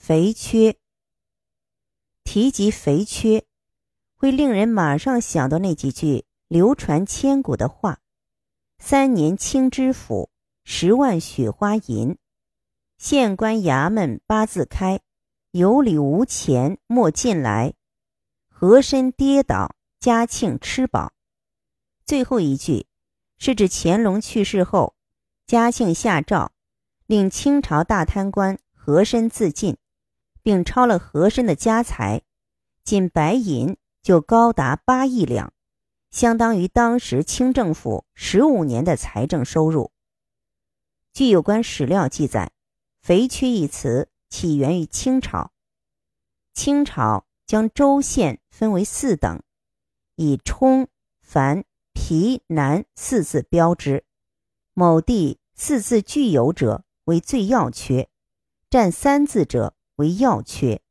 肥缺。提及肥缺，会令人马上想到那几句流传千古的话：3年清知府，10万雪花银。县官衙门八字开，有理无钱莫进来。和珅跌倒，嘉庆吃饱。最后一句是指乾隆去世后，嘉庆下诏令清朝大贪官和珅自尽，并抄了和珅的家财，仅白银就高达8亿两，相当于当时清政府15年的财政收入。据有关史料记载，肥缺一词起源于清朝。清朝将州县分为4等，以冲、繁、皮、南4字标之，某地4字具有者为最要缺，占3字者为要缺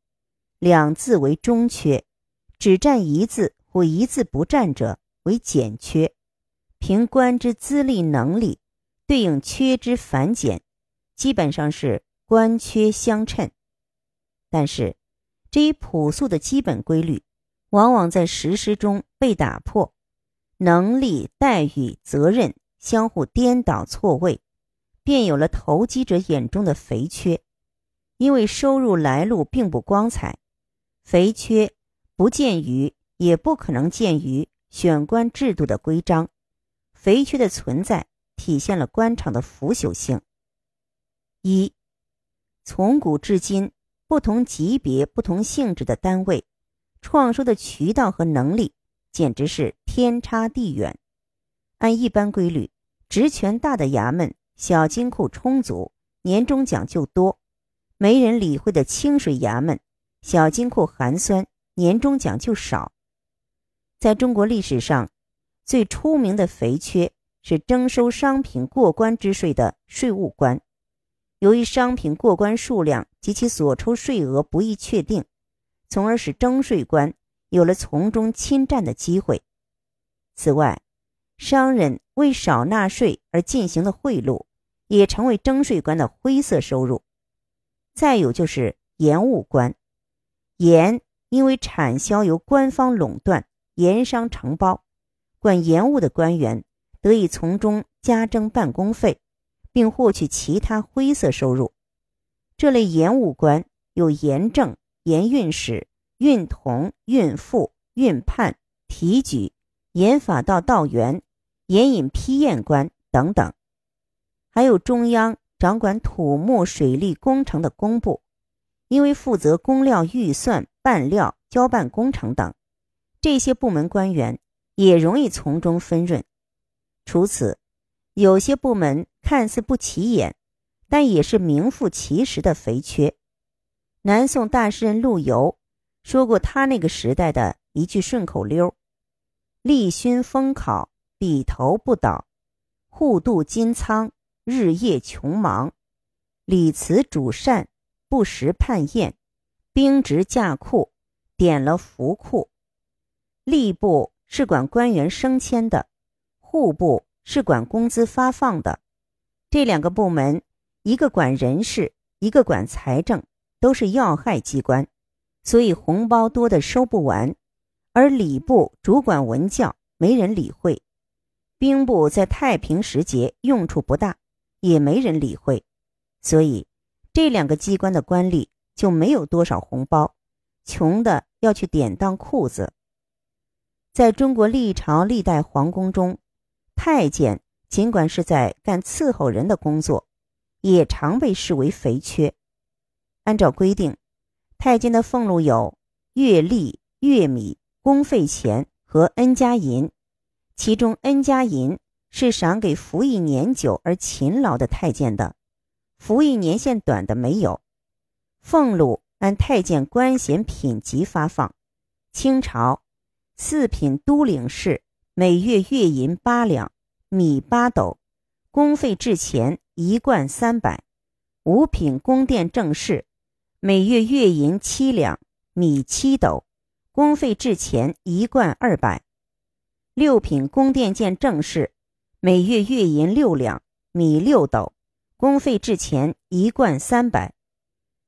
，2字为中缺，只占1字或1字不占者为减缺。凭官之资历能力，对应缺之繁减，基本上是官缺相称。但是这一朴素的基本规律往往在实施中被打破，能力、待遇、责任相互颠倒错位，便有了投机者眼中的肥缺。因为收入来路并不光彩，肥缺不见于也不可能见于选官制度的规章。肥缺的存在体现了官场的腐朽性。1. 从古至今，不同级别、不同性质的单位创收的渠道和能力简直是天差地远。按一般规律，职权大的衙门小金库充足，年终奖就多；没人理会的清水衙门小金库寒酸，年终奖就少。在中国历史上，最出名的肥缺是征收商品过关之税的税务官。由于商品过关数量及其所抽税额不易确定，从而使征税官有了从中侵占的机会。此外，商人为少纳税而进行的贿赂，也成为征税官的灰色收入。再有就是盐务官，盐因为产销由官方垄断，盐商承包，管盐务的官员得以从中加征办公费，并获取其他灰色收入。这类盐务官有盐政、盐运使、运同、运赋、运判、提举、盐法道道员、盐引批验官等等。还有中央掌管土木水利工程的工部，因为负责工料预算、办料、交办工程等，这些部门官员也容易从中分润。除此，有些部门看似不起眼，但也是名副其实的肥缺。南宋大诗人陆游说过他那个时代的一句顺口溜：立勋封考，笔头不倒；户度金仓，日夜穷忙；礼辞主膳，不时判验；兵职架库，点了福库。吏部是管官员升迁的，户部是管工资发放的。这2个部门，一个管人事，一个管财政，都是要害机关，所以红包多的收不完。而礼部主管文教，没人理会；兵部在太平时节用处不大，也没人理会。所以这2个机关的官吏就没有多少红包，穷的要去典当裤子。在中国历朝历代皇宫中，太监尽管是在干伺候人的工作，也常被视为肥缺。按照规定，太监的俸禄有月例、月米、公费钱和恩加银，其中恩加银是赏给服役年久而勤劳的太监的，服役年限短的没有。俸禄按太监官衔品级发放。清朝4品都领事每月月银8两，米8斗，公费制钱1贯300；5品宫殿正室每月月银7两，米7斗，公费制钱1贯200；6品宫殿监正室每月月银6两，米6斗，公费制钱1贯300；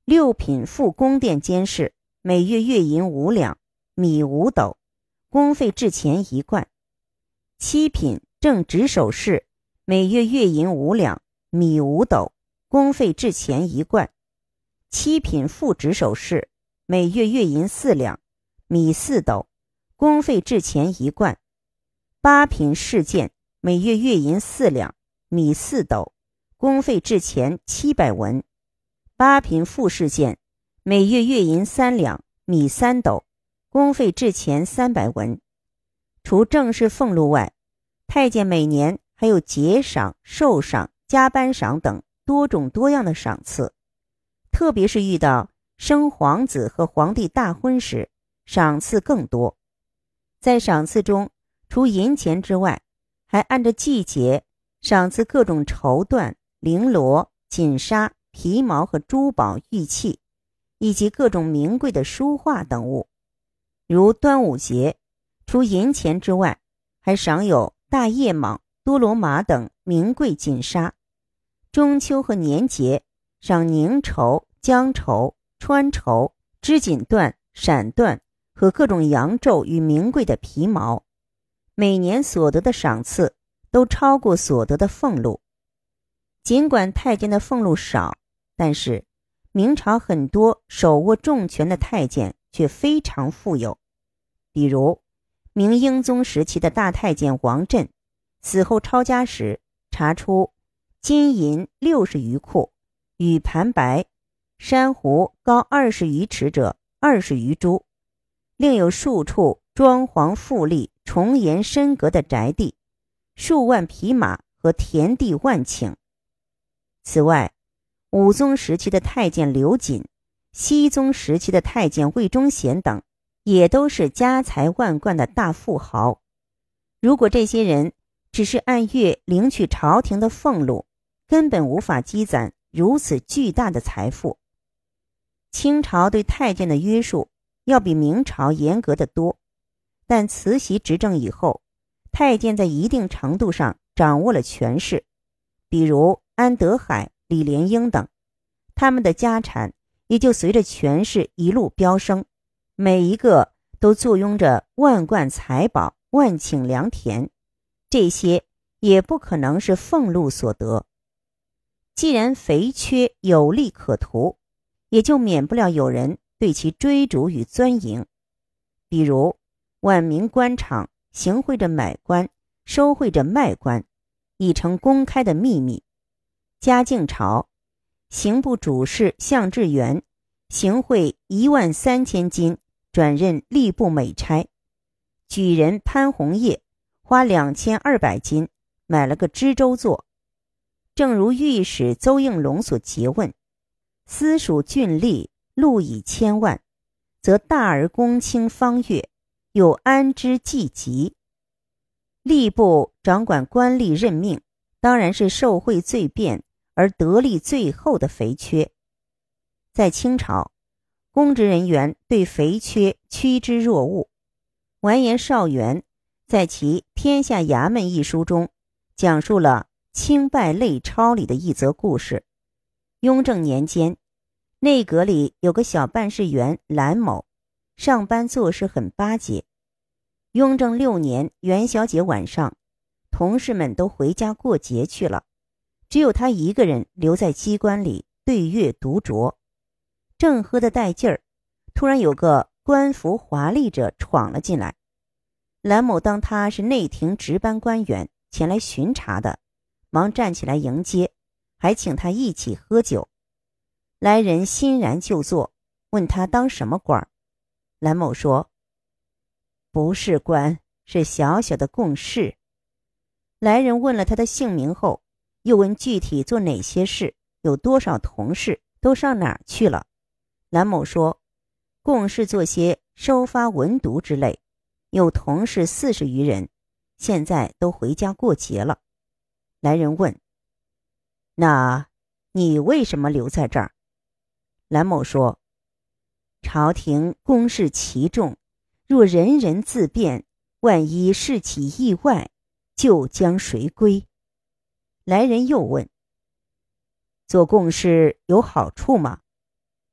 6品副宫殿监事，每月月银5两，米5斗，公费制钱1贯。7品正值守事，每月月银5两，米5斗，公费制钱1贯。7品副值守事，每月月银4两，米4斗，公费制钱1贯。8品侍监，每月月银4两，米4斗，公费制钱700文。8品副侍监，每月月银3两，米3斗，公费制钱300文。除正式俸禄外，太监每年还有节赏、授赏、加班赏等多种多样的赏赐，特别是遇到生皇子和皇帝大婚时，赏赐更多。在赏赐中，除银钱之外，还按着季节赏赐各种绸缎、绫罗、锦纱、皮毛和珠宝、玉器，以及各种名贵的书画等物。如端午节，除银钱之外，还赏有大叶蟒、多罗马等名贵锦纱。中秋和年节赏宁绸、姜绸、川绸、织锦缎、闪缎和各种洋绉与名贵的皮毛。每年所得的赏赐都超过所得的俸禄。尽管太监的俸禄少，但是明朝很多手握重权的太监却非常富有。比如明英宗时期的大太监王振，死后抄家时查出金银60余库，羽盘白，珊瑚高20余尺者20余株，另有数处装潢富丽、重檐深阁的宅地，数万匹马和田地万顷。此外，武宗时期的太监刘瑾、熹宗时期的太监魏忠贤等，也都是家财万贯的大富豪。如果这些人只是按月领取朝廷的俸禄，根本无法积攒如此巨大的财富。清朝对太监的约束要比明朝严格得多，但慈禧执政以后，太监在一定程度上掌握了权势，比如安德海、李莲英等，他们的家产也就随着权势一路飙升，每一个都坐拥着万贯财宝、万顷良田，这些也不可能是俸禄所得。既然肥缺有利可图，也就免不了有人对其追逐与钻营。比如晚明官场行贿着买官，收贿着卖官，已成公开的秘密。嘉靖朝，刑部主事向志元行贿13000金，转任吏部美差。举人潘洪业花2200金买了个知州座。正如御史邹应龙所诘问，私属郡吏禄以1000万，则大而公卿方悦，有安之计及？吏部掌管官吏任命，当然是受贿最便而得利最厚的肥缺。在清朝，公职人员对肥缺趋之若鹜。完颜绍元在其《天下衙门》一书中讲述了清败类钞里的一则故事。雍正年间，内阁里有个小办事员蓝某，上班做事很巴结。雍正6年元宵节晚上，同事们都回家过节去了，只有他一个人留在机关里对月独酌。正喝得带劲儿，突然有个官服华丽者闯了进来。蓝某当他是内廷值班官员前来巡查的，忙站起来迎接，还请他一起喝酒。来人欣然就坐，问他当什么官。蓝某说，不是官，是小小的贡士。来人问了他的姓名后，又问具体做哪些事，有多少同事，都上哪儿去了。蓝某说，贡士做些收发文牍之类，有同事40余人，现在都回家过节了。来人问，那你为什么留在这儿？蓝某说，朝廷公事其重，若人人自便，万一事起意外，就将谁归？来人又问，做贡士有好处吗？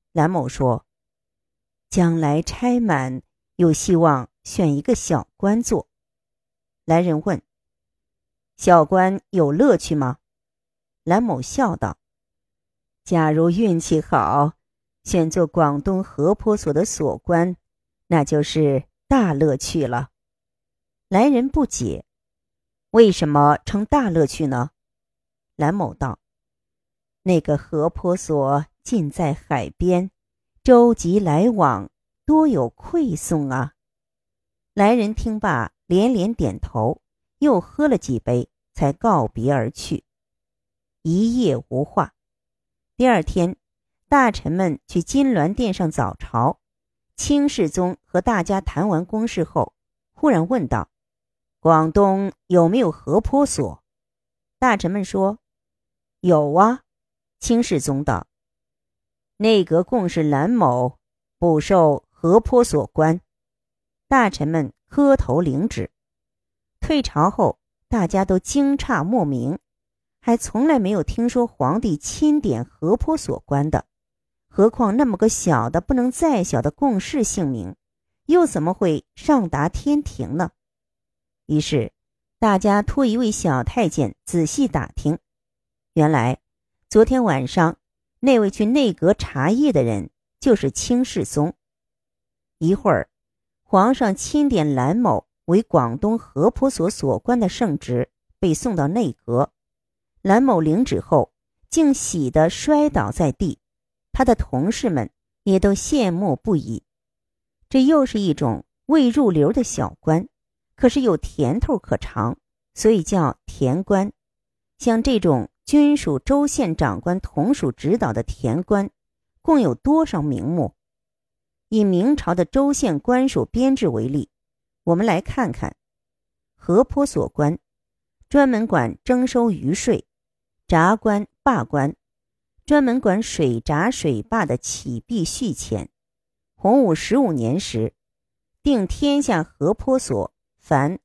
蓝某说：将来差满，有希望选一个小官做。来人问：小官有乐趣吗？蓝某笑道：假如运气好，选做广东河坡所的所官，那就是大乐趣了。来人不解：为什么称大乐趣呢？蓝某道：那个河坡所近在海边，舟楫来往，多有馈送啊。来人听罢连连点头，又喝了几杯，才告别而去。一夜无话。第二天，大臣们去金銮殿上早朝，清世宗和大家谈完公事后，忽然问道：广东有没有河坡所？大臣们说：有啊。清世宗道：内阁贡士蓝某补授河坡所官。大臣们磕头领旨。退朝后，大家都惊诧莫名，还从来没有听说皇帝钦点河坡所官的，何况那么个小的不能再小的贡士姓名，又怎么会上达天庭呢？于是大家托一位小太监仔细打听，原来昨天晚上那位去内阁查阅的人就是清世宗。一会儿，皇上钦点蓝某为广东河坡所所官的圣旨被送到内阁，蓝某领旨后竟喜得摔倒在地，他的同事们也都羡慕不已。这又是一种未入流的小官，可是有甜头可尝，所以叫甜官。像这种均属州县长官同属指导的甜官，共有多少名目？以明朝的州县官署编制为例，我们来看看。河坡所官专门管征收渔税，闸官、坝官专门管水闸水坝的起弊续钱。洪武15年时，定天下河坡所凡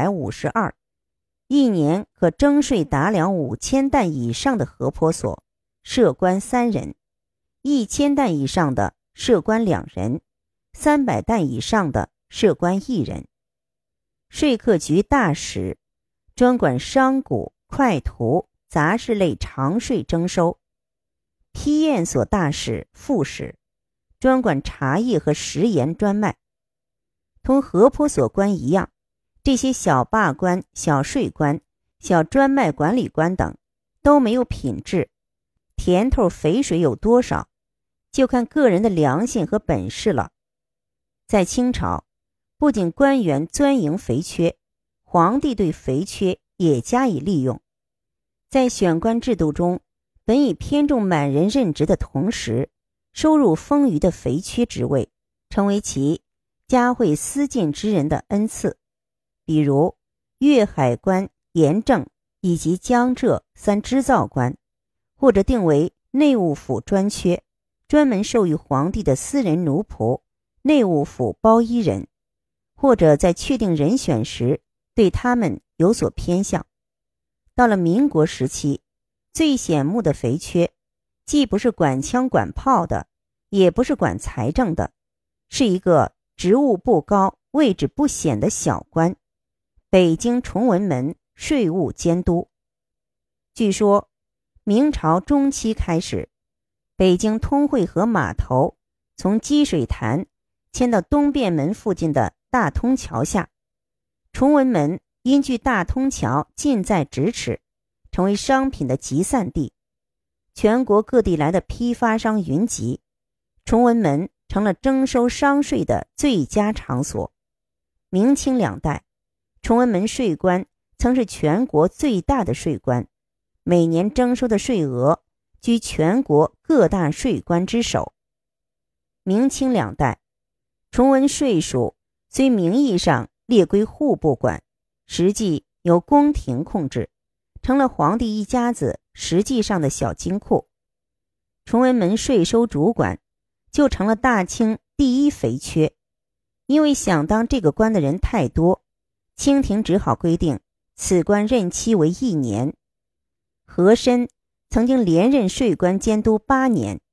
252，一年可征税达两5000担以上的河坡所，设官3人；1000担以上的设官2人；300担以上的设官1人。税课局大使专管商贾、快图、杂事类常税征收；批验所大使、副使专管茶叶和食盐专卖。同河坡所官一样，这些小罢官、小税官、小专卖管理官等都没有品质，甜头肥水有多少，就看个人的良心和本事了。在清朝，不仅官员钻营肥缺，皇帝对肥缺也加以利用。在选官制度中，本以偏重满人任职的同时，收入丰余的肥缺职位，成为其嘉惠思进之人的恩赐。比如粤海关、盐政以及江浙3织造官，或者定为内务府专缺，专门授予皇帝的私人奴仆、内务府包衣人，或者在确定人选时对他们有所偏向。到了民国时期，最显目的肥缺，既不是管枪管炮的，也不是管财政的，是一个职务不高、位置不显的小官，北京崇文门税务监督。据说明朝中期开始，北京通惠河码头从积水潭迁到东便门附近的大通桥下，崇文门因距大通桥近在咫尺，成为商品的集散地。全国各地来的批发商云集，崇文门成了征收商税的最佳场所。明清2代，崇文门税官曾是全国最大的税官，每年征收的税额居全国各大税官之首。明清2代，崇文税属虽名义上列归户部管，实际由宫廷控制，成了皇帝一家子实际上的小金库。崇文门税收主管就成了大清第一肥缺，因为想当这个官的人太多，清廷只好规定此官任期为1年。和珅曾经连任税官监督8年，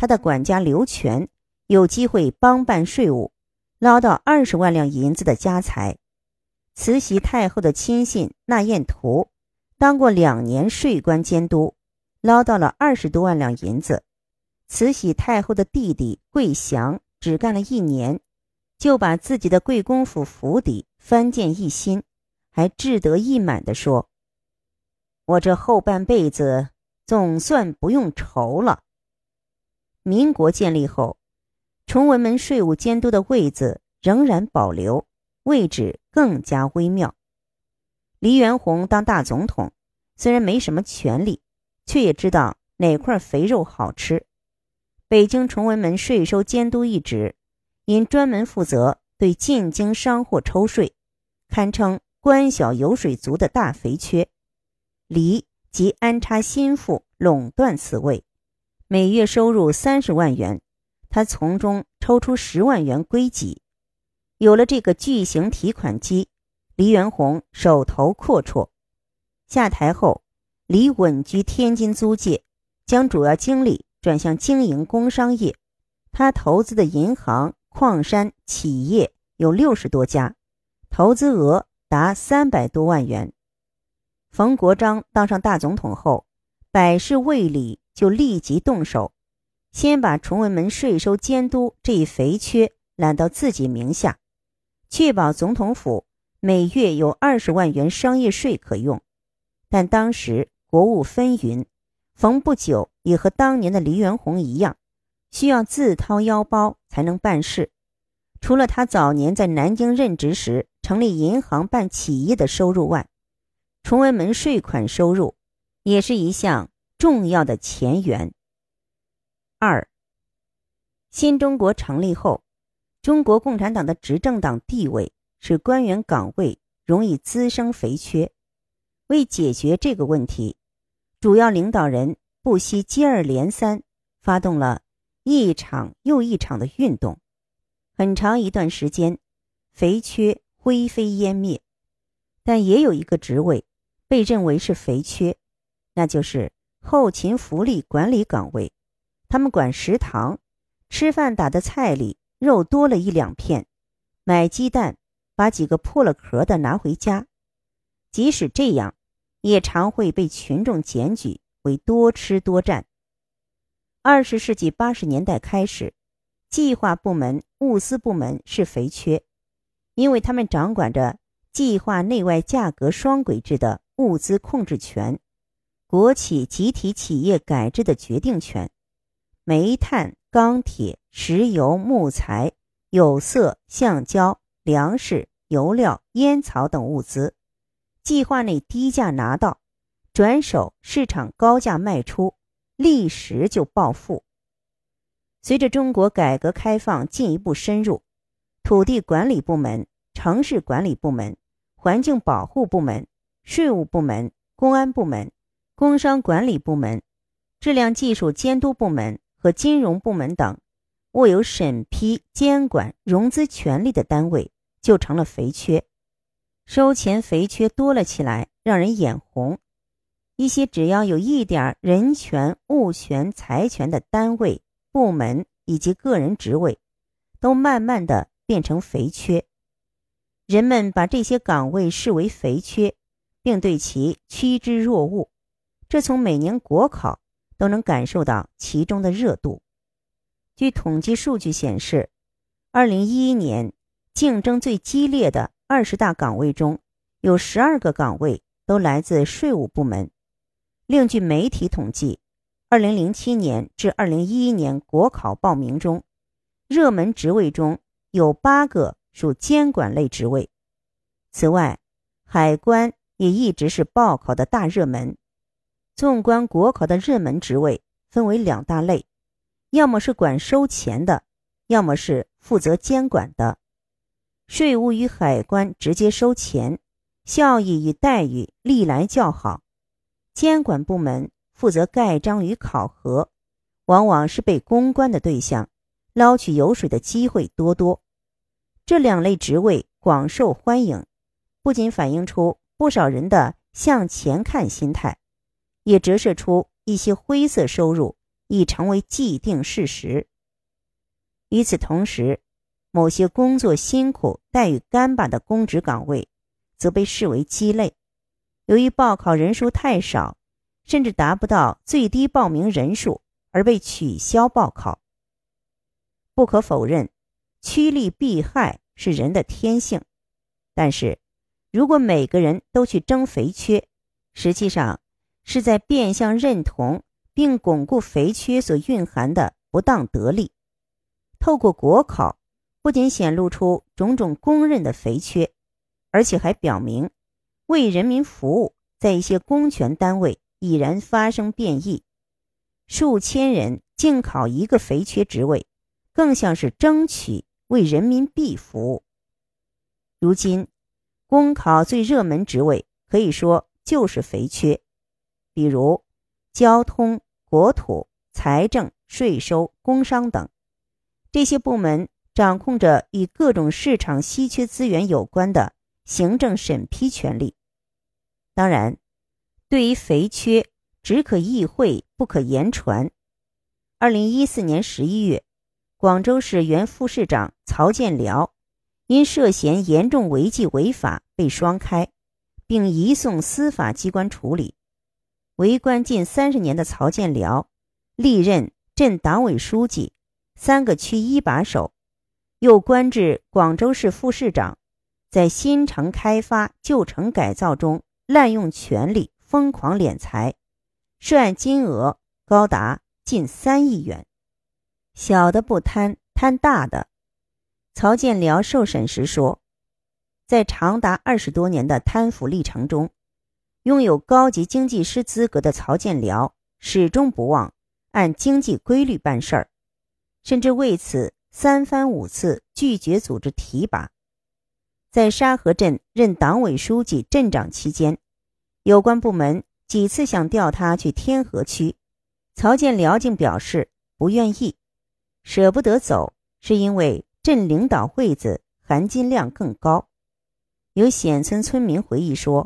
他的管家刘全有机会帮办税务，捞到20万两银子的家财。慈禧太后的亲信那彦图当过2年税关监督，捞到了20多万两银子。慈禧太后的弟弟桂祥只干了1年，就把自己的贵公府府邸翻建一新，还志得意满地说：“我这后半辈子总算不用愁了。”民国建立后，崇文门税务监督的位子仍然保留，位置更加微妙。黎元洪当大总统，虽然没什么权力，却也知道哪块肥肉好吃。北京崇文门税收监督一职，因专门负责对进京商货抽税，堪称官小油水足的大肥缺。黎即安插心腹垄断此位，每月收入30万元，他从中抽出10万元归己。有了这个巨型提款机，黎元洪手头阔绰。下台后，黎稳居天津租界，将主要精力转向经营工商业。他投资的银行、矿山、企业有60多家，投资额达300多万元。冯国璋当上大总统后，百事未理就立即动手，先把崇文门税收监督这一肥缺揽到自己名下，确保总统府每月有20万元商业税可用。但当时国务纷纭，冯不久也和当年的黎元洪一样，需要自掏腰包才能办事。除了他早年在南京任职时成立银行办企业的收入外，崇文门税款收入也是一项重要的钱源。2. 新中国成立后，中国共产党的执政党地位使官员岗位容易滋生肥缺。为解决这个问题，主要领导人不惜接二连三，发动了一场又一场的运动。很长一段时间，肥缺灰飞烟灭。但也有一个职位被认为是肥缺，那就是后勤福利管理岗位。他们管食堂，吃饭打的菜里肉多了1、2片，买鸡蛋把几个破了壳的拿回家。即使这样，也常会被群众检举为多吃多占。20世纪80年代开始，计划部门、物资部门是肥缺，因为他们掌管着计划内外价格双轨制的物资控制权，国企集体企业改制的决定权，煤炭、钢铁、石油、木材、有色、橡胶、粮食、油料、烟草等物资，计划内低价拿到，转手市场高价卖出，立时就暴富。随着中国改革开放进一步深入，土地管理部门、城市管理部门、环境保护部门、税务部门、公安部门、工商管理部门、质量技术监督部门和金融部门等握有审批、监管、融资权力的单位就成了肥缺。收钱肥缺多了起来，让人眼红。一些只要有一点人权、物权、财权的单位、部门以及个人职位，都慢慢的变成肥缺。人们把这些岗位视为肥缺，并对其趋之若鹜，这从每年国考都能感受到其中的热度。据统计数据显示，2011年竞争最激烈的20大岗位中，有12个岗位都来自税务部门。另据媒体统计，2007年至2011年国考报名中，热门职位中有8个属监管类职位。此外，海关也一直是报考的大热门。纵观国考的热门职位分为2大类，要么是管收钱的，要么是负责监管的。税务与海关直接收钱，效益与待遇历来较好。监管部门负责盖章与考核，往往是被公关的对象，捞取油水的机会多多。这2类职位广受欢迎，不仅反映出不少人的向前看心态，也折射出一些灰色收入已成为既定事实。与此同时，某些工作辛苦、待遇干巴的公职岗位则被视为鸡肋，由于报考人数太少，甚至达不到最低报名人数而被取消报考。不可否认，趋利避害是人的天性，但是如果每个人都去争肥缺，实际上是在变相认同并巩固肥缺所蕴含的不当得利。透过国考，不仅显露出种种公认的肥缺，而且还表明为人民服务在一些公权单位已然发生变异，数千人竞考一个肥缺职位，更像是争取为人民币服务。如今公考最热门职位可以说就是肥缺，比如交通、国土、财政、税收、工商等，这些部门掌控着与各种市场稀缺资源有关的行政审批权力。当然，对于肥缺，只可意会不可言传。2014年11月，广州市原副市长曹建辽因涉嫌严重违纪违法被双开，并移送司法机关处理。为官近30年的曹建辽历任镇党委书记、3个区一把手，又官至广州市副市长，在新城开发、旧城改造中滥用权力，疯狂敛财，涉案金额高达近3亿元。小的不贪，贪大的。曹建辽受审时说，在长达20多年的贪腐历程中，拥有高级经济师资格的曹建辽始终不忘按经济规律办事儿，甚至为此3番5次拒绝组织提拔。在沙河镇任党委书记、镇长期间，有关部门几次想调他去天河区，曹建辽竟表示不愿意，舍不得走是因为镇领导位子含金量更高。有显村村民回忆说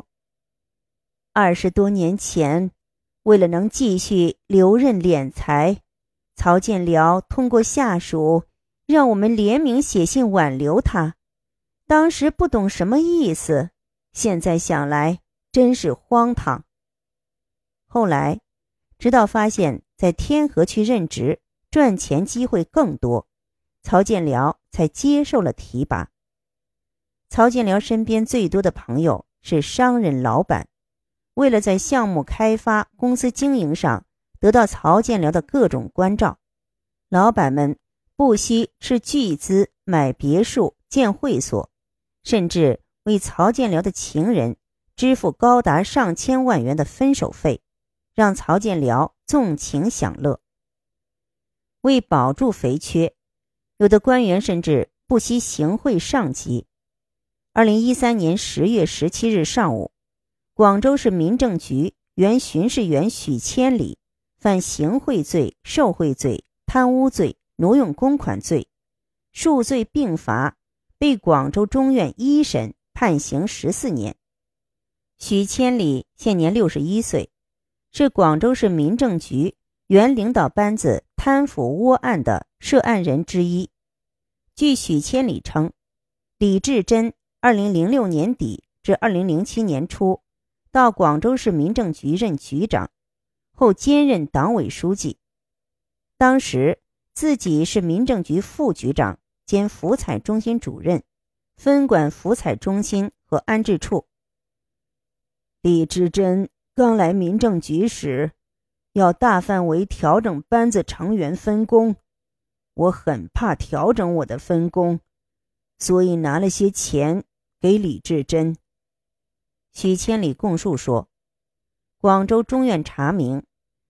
，20多年前，为了能继续留任敛财，曹建辽通过下属让我们联名写信挽留他。当时不懂什么意思，现在想来真是荒唐。后来，直到发现在天河区任职赚钱机会更多，曹建辽才接受了提拔。曹建辽身边最多的朋友是商人老板，为了在项目开发、公司经营上得到曹建辽的各种关照，老板们不惜斥巨资买别墅、建会所，甚至为曹建辽的情人支付高达上千万元的分手费，让曹建辽纵情享乐。为保住肥缺，有的官员甚至不惜行贿上级。2013年10月17日上午，广州市民政局原巡视员许千里犯行贿罪、受贿罪、贪污罪、挪用公款罪，数罪并罚，被广州中院一审判刑14年。许千里现年61岁，是广州市民政局原领导班子贪腐窝案的涉案人之一。据许千里称，李志珍2006年底至2007年初到广州市民政局任局长，后兼任党委书记。当时自己是民政局副局长兼福彩中心主任，分管福彩中心和安置处。李志珍刚来民政局时，要大范围调整班子成员分工，我很怕调整我的分工，所以拿了些钱给李志珍。许千里供述说，广州中院查明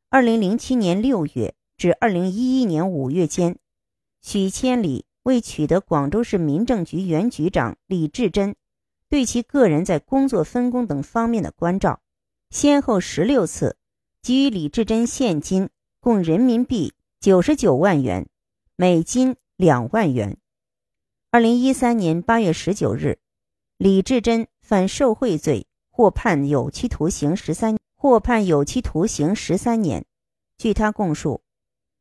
2007年6月至2011年5月间，许千里为取得广州市民政局原局长李志珍对其个人在工作分工等方面的关照，先后16次给予李志珍现金共人民币99万元，美金2万元。2013年8月19日，李志珍犯受贿罪，获判有期徒刑13年。据他供述，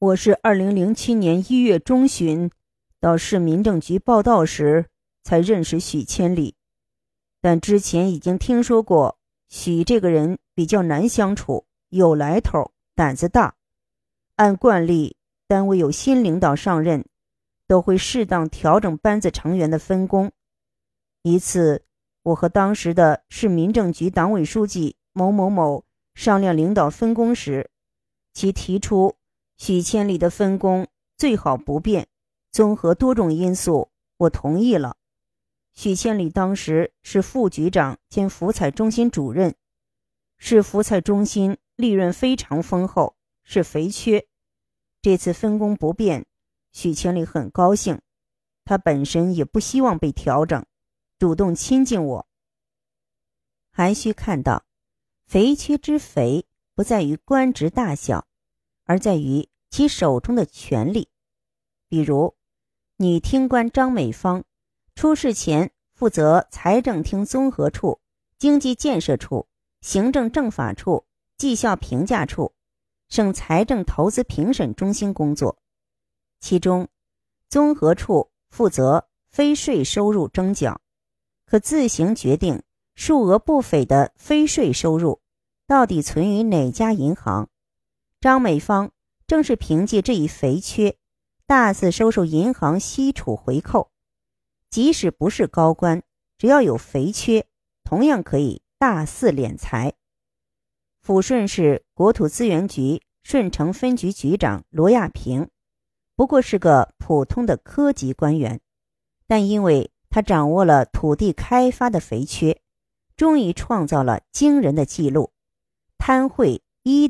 我是2007年1月中旬到市民政局报到时才认识许千里，但之前已经听说过许这个人比较难相处，有来头，胆子大。按惯例，单位有新领导上任，都会适当调整班子成员的分工。一次，我和当时的市民政局党委书记某某某商量领导分工时，其提出许千里的分工最好不变，综合多种因素，我同意了。许千里当时是副局长兼福彩中心主任，市福彩中心利润非常丰厚，是肥缺。这次分工不变，许千里很高兴，他本身也不希望被调整，主动亲近我。还需看到，肥缺之肥不在于官职大小，而在于其手中的权力。比如，女厅官张美芳出事前负责财政厅综合处、经济建设处、行政政法处、绩效评价处、省财政投资评审中心工作，其中综合处负责非税收入征缴，可自行决定数额不菲的非税收入到底存于哪家银行。张美芳正是凭借这一肥缺，大肆收受银行息储回扣。即使不是高官，只要有肥缺，同样可以大肆敛财。抚顺市国土资源局顺城分局局长罗亚平不过是个普通的科级官员，但因为他掌握了土地开发的肥缺，终于创造了惊人的记录，贪贿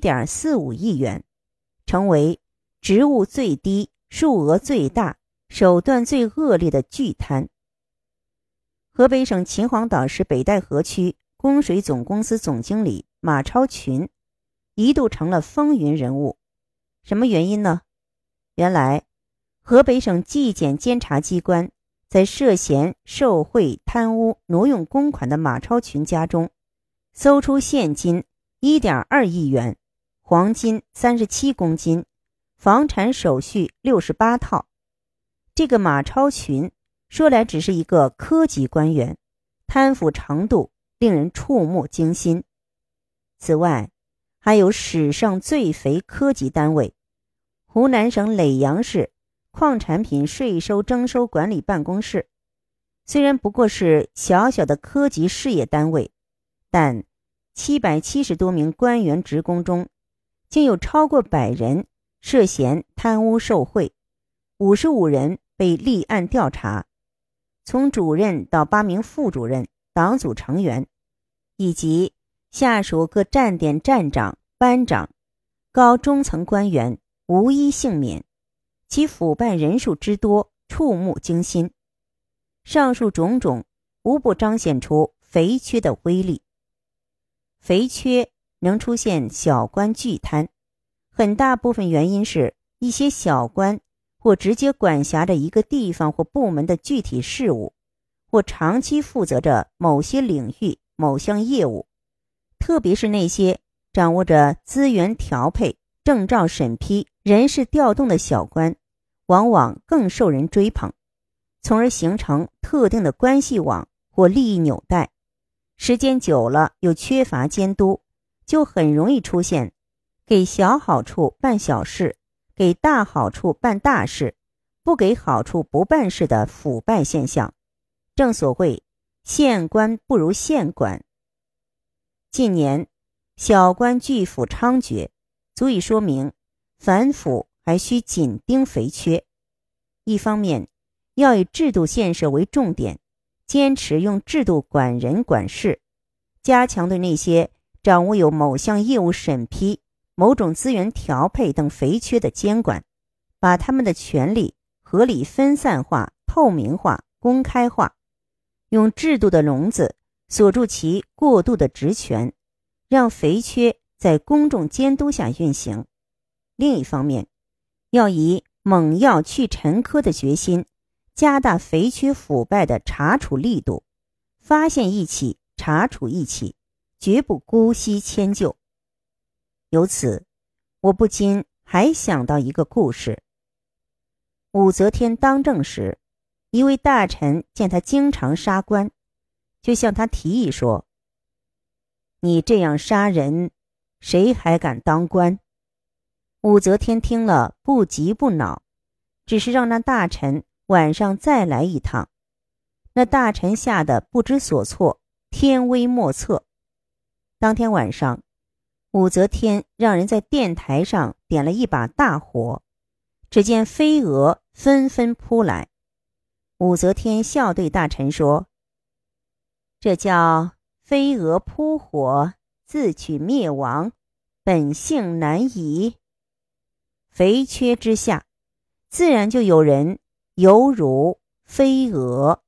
1.45 亿元，成为职务最低、数额最大、手段最恶劣的巨贪。河北省秦皇岛市北戴河区供水总公司总经理马超群一度成了风云人物。什么原因呢？原来河北省纪检监察机关在涉嫌受贿贪污挪用公款的马超群家中搜出现金 1.2 亿元，黄金37公斤，房产手续68套。这个马超群说来只是一个科级官员，贪腐程度令人触目惊心。此外，还有史上最肥科级单位湖南省耒阳市矿产品税收征收管理办公室，虽然不过是小小的科级事业单位，但770多名官员职工中，竟有超过100人涉嫌贪污受贿，55人被立案调查。从主任到8名副主任、党组成员，以及下属各站点站长、班长、高中层官员无一幸免，其腐败人数之多，触目惊心。上述种种无不彰显出肥缺的威力。肥缺能出现小官巨贪，很大部分原因是一些小官或直接管辖着一个地方或部门的具体事务，或长期负责着某些领域、某项业务，特别是那些掌握着资源调配、证照审批、人事调动的小官，往往更受人追捧，从而形成特定的关系网或利益纽带。时间久了又缺乏监督，就很容易出现给小好处办小事，给大好处办大事，不给好处不办事的腐败现象。正所谓县官不如县管。近年小官巨腐猖獗，足以说明反腐还需紧盯肥缺。一方面要以制度建设为重点，坚持用制度管人管事，加强对那些掌握有某项业务审批、某种资源调配等肥缺的监管，把他们的权力合理分散化、透明化、公开化，用制度的笼子锁住其过度的职权，让肥缺在公众监督下运行。另一方面，要以猛药去陈疴的决心，加大肥缺腐败的查处力度，发现一起，查处一起，绝不姑息迁就。由此，我不禁还想到一个故事。武则天当政时，一位大臣见他经常杀官，就向他提议说：你这样杀人，谁还敢当官？武则天听了不急不恼，只是让那大臣晚上再来一趟。那大臣吓得不知所措，天威莫测。当天晚上，武则天让人在殿台上点了一把大火，只见飞蛾纷纷扑来。武则天笑对大臣说：这叫飞蛾扑火，自取灭亡，本性难移。肥缺之下，自然就有人有辱飞蛾。